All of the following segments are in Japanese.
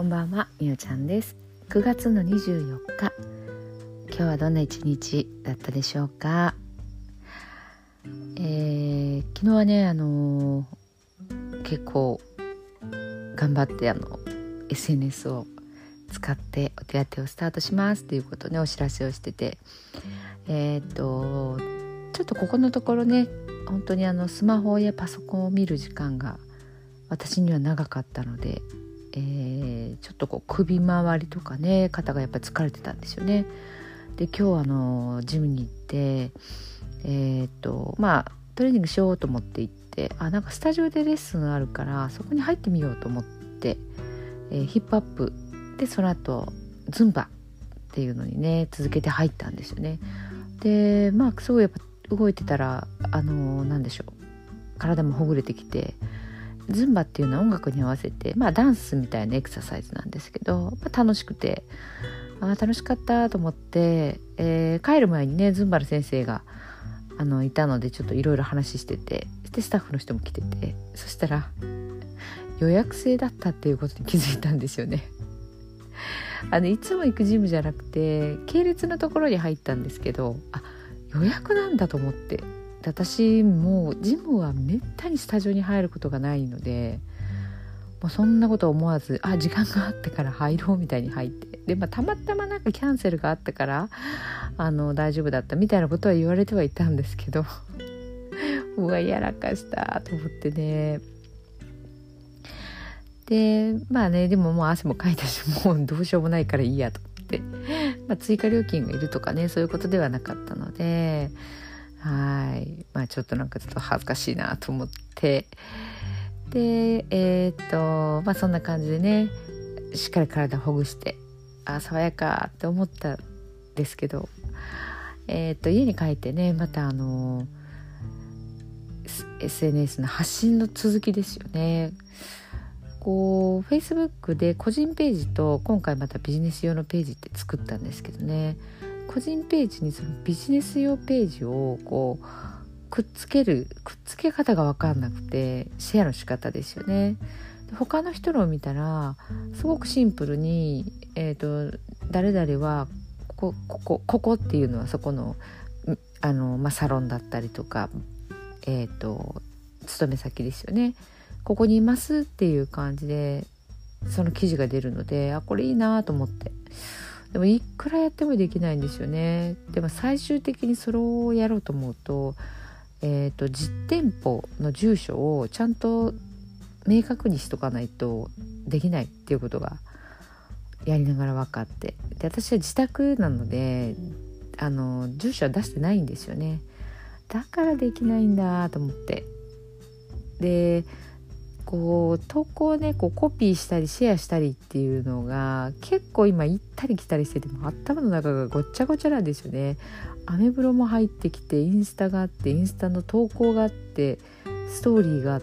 ばんは、みおちゃんです。9月の24日、今日はどんな一日だったでしょうか。昨日はね、結構頑張ってSNS を使ってお手当をスタートしますっていうことをね、お知らせをしてて、ちょっとここのところね、本当にスマホやパソコンを見る時間が私には長かったので、ちょっと首周りとかね、肩がやっぱり疲れてたんですよね。で、今日ジムに行って、トレーニングしようと思って行って、なんかスタジオでレッスンあるからそこに入ってみようと思って、ヒップアップでその後ズンバっていうのにね続けて入ったんですよね。で、すごいやっぱ動いてたらなんでしょう、体もほぐれてきて、ズンバっていうのは音楽に合わせて、ダンスみたいなエクササイズなんですけど、楽しくて、楽しかったと思って、帰る前にねズンバの先生がいたので、ちょっといろいろ話してて、でスタッフの人も来てて、そしたら予約制だったっていうことに気づいたんですよね。いつも行くジムじゃなくて系列のところに入ったんですけど、予約なんだと思って、私もうジムはめったにスタジオに入ることがないので、もうそんなこと思わず、時間があったから入ろうみたいに入って、で、たまたまなんかキャンセルがあったから大丈夫だったみたいなことは言われてはいたんですけどうわ、やらかしたと思ってね。ででももう汗もかいたし、もうどうしようもないからいいやと思って、追加料金がいるとかね、そういうことではなかったので、ちょっと恥ずかしいなと思って、でそんな感じでね、しっかり体ほぐして、爽やかって思ったんですけど、家に帰ってね、またSNS の発信の続きですよね。Facebook で個人ページと、今回またビジネス用のページって作ったんですけどね、個人ページにそのビジネス用ページをくっつけ方が分かんなくて、シェアの仕方ですよね。他の人のを見たらすごくシンプルに、誰々はここっていうのはそこのサロンだったりとか、勤め先ですよね。ここにいますっていう感じでその記事が出るので、これいいなと思って、でもいくらやってもできないんですよね。でも最終的にそれをやろうと思うと、実店舗の住所をちゃんと明確にしとかないとできないっていうことがやりながら分かって、で、私は自宅なので住所は出してないんですよね。だからできないんだと思って、で投稿をねコピーしたりシェアしたりっていうのが結構今行ったり来たりしてて、も頭の中がごっちゃごちゃなんですよね。アメブロも入ってきて、インスタがあって、インスタの投稿があって、ストーリーがあって、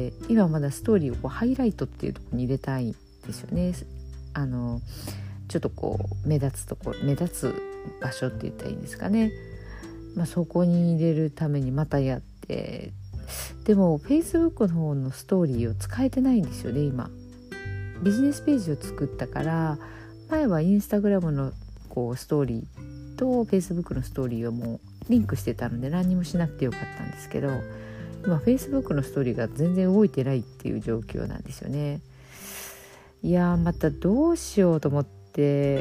今まだストーリーをハイライトっていうところに入れたいんですよね。ちょっと目立つ場所って言ったらいいんですかね。そこに入れるためにまたやって、でも Facebook の方のストーリーを使えてないんですよね。今ビジネスページを作ったから、前は Instagram のストーリーと Facebook のストーリーをもうリンクしてたので何にもしなくてよかったんですけど、今 Facebook のストーリーが全然動いてないっていう状況なんですよね。いやまたどうしようと思って、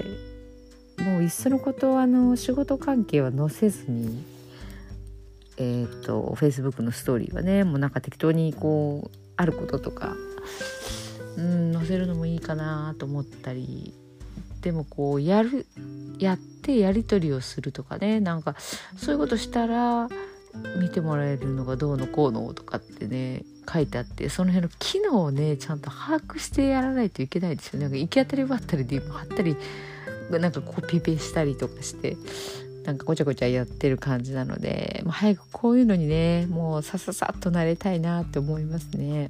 もういっそのこと仕事関係は載せずに、Facebook のストーリーはね、もう適当にあることとか載せるのもいいかなと思ったり、でもやってやり取りをするとかね、そういうことしたら見てもらえるのがどうのこうのとかってね書いてあって、その辺の機能をねちゃんと把握してやらないといけないですよね。行き当たりばったりで貼ったりコピペしたりとかしてごちゃごちゃやってる感じなので、早くこういうのにねもうさっと慣れたいなって思いますね。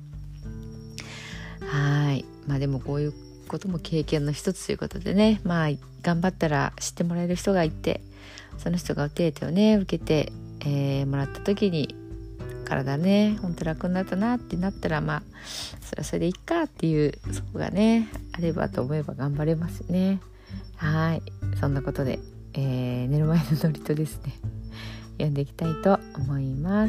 でもこういうことも経験の一つということでね、頑張ったら知ってもらえる人がいて、その人がお手当をね受けて、もらった時に体ねほんと楽になったなってなったらそれはそれでいいかっていうそこがねあればと思えば頑張れますね。はい、そんなことで、寝る前のノリとですね読んでいきたいと思います。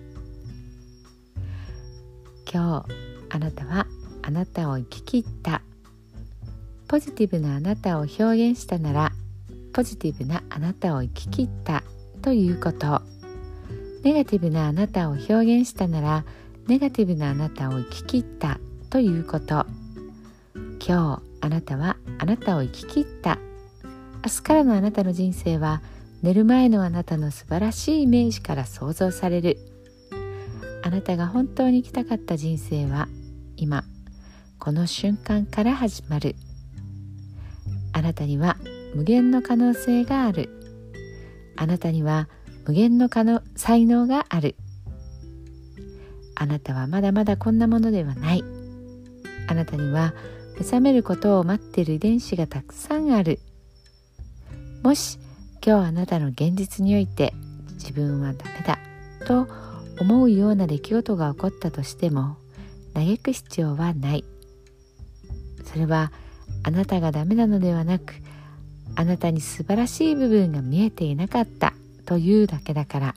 今日あなたはあなたを生き切った。ポジティブなあなたを表現したならポジティブなあなたを生き切ったということ。ネガティブなあなたを表現したならネガティブなあなたを生き切ったということ。今日あなたはあなたを生き切った。明日からのあなたの人生は寝る前のあなたの素晴らしいイメージから想像される。あなたが本当に生きたかった人生は今この瞬間から始まる。あなたには無限の可能性がある。あなたには無限の才能がある。あなたはまだまだこんなものではない。あなたには目覚めることを待っている遺伝子がたくさんある。もし今日あなたの現実において自分はダメだと思うような出来事が起こったとしても嘆く必要はない。それはあなたがダメなのではなく、あなたに素晴らしい部分が見えていなかったというだけだから。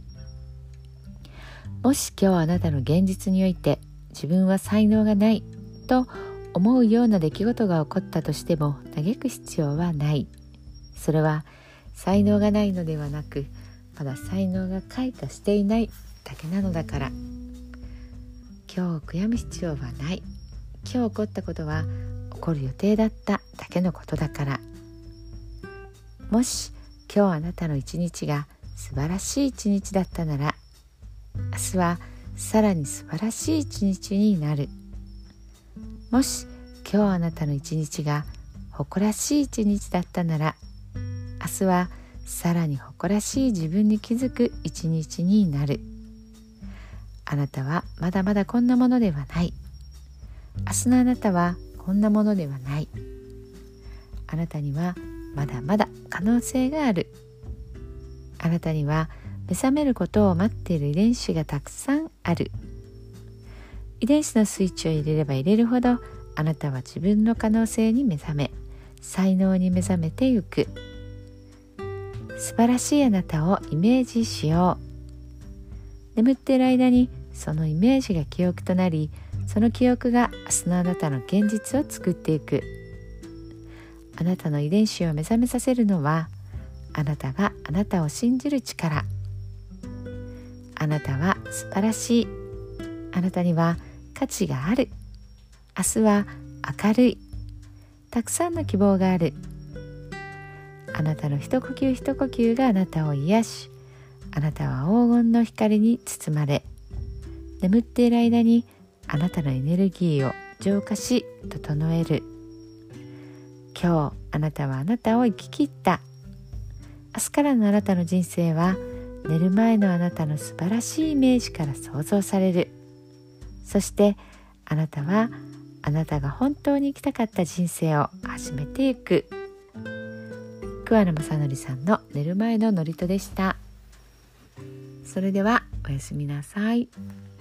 もし今日あなたの現実において自分は才能がないと思うような出来事が起こったとしても嘆く必要はない。それは才能がないのではなく、まだ才能が開花していないだけなのだから。今日悔やむ必要はない。今日起こったことは起こる予定だっただけのことだから。もし今日あなたの一日が素晴らしい一日だったなら、明日はさらに素晴らしい一日になる。もし今日あなたの一日が誇らしい一日だったなら、明日はさらに誇らしい自分に気づく一日になる。あなたはまだまだこんなものではない。明日のあなたはこんなものではない。あなたにはまだまだ可能性がある。あなたには目覚めることを待っている遺伝子がたくさんある。遺伝子のスイッチを入れれば入れるほど、あなたは自分の可能性に目覚め、才能に目覚めてゆく。素晴らしいあなたをイメージしよう。眠っている間にそのイメージが記憶となり、その記憶が明日のあなたの現実を作っていく。あなたの遺伝子を目覚めさせるのは、あなたがあなたを信じる力。あなたは素晴らしい。あなたには価値がある。明日は明るい。たくさんの希望がある。あなたの一呼吸一呼吸があなたを癒し、あなたは黄金の光に包まれ、眠っている間にあなたのエネルギーを浄化し整える。今日あなたはあなたを生き切った。明日からのあなたの人生は寝る前のあなたの素晴らしいイメージから想像される。そしてあなたはあなたが本当に生きたかった人生を始めていく。桑名正則さんの寝る前の祝詞でした。それではおやすみなさい。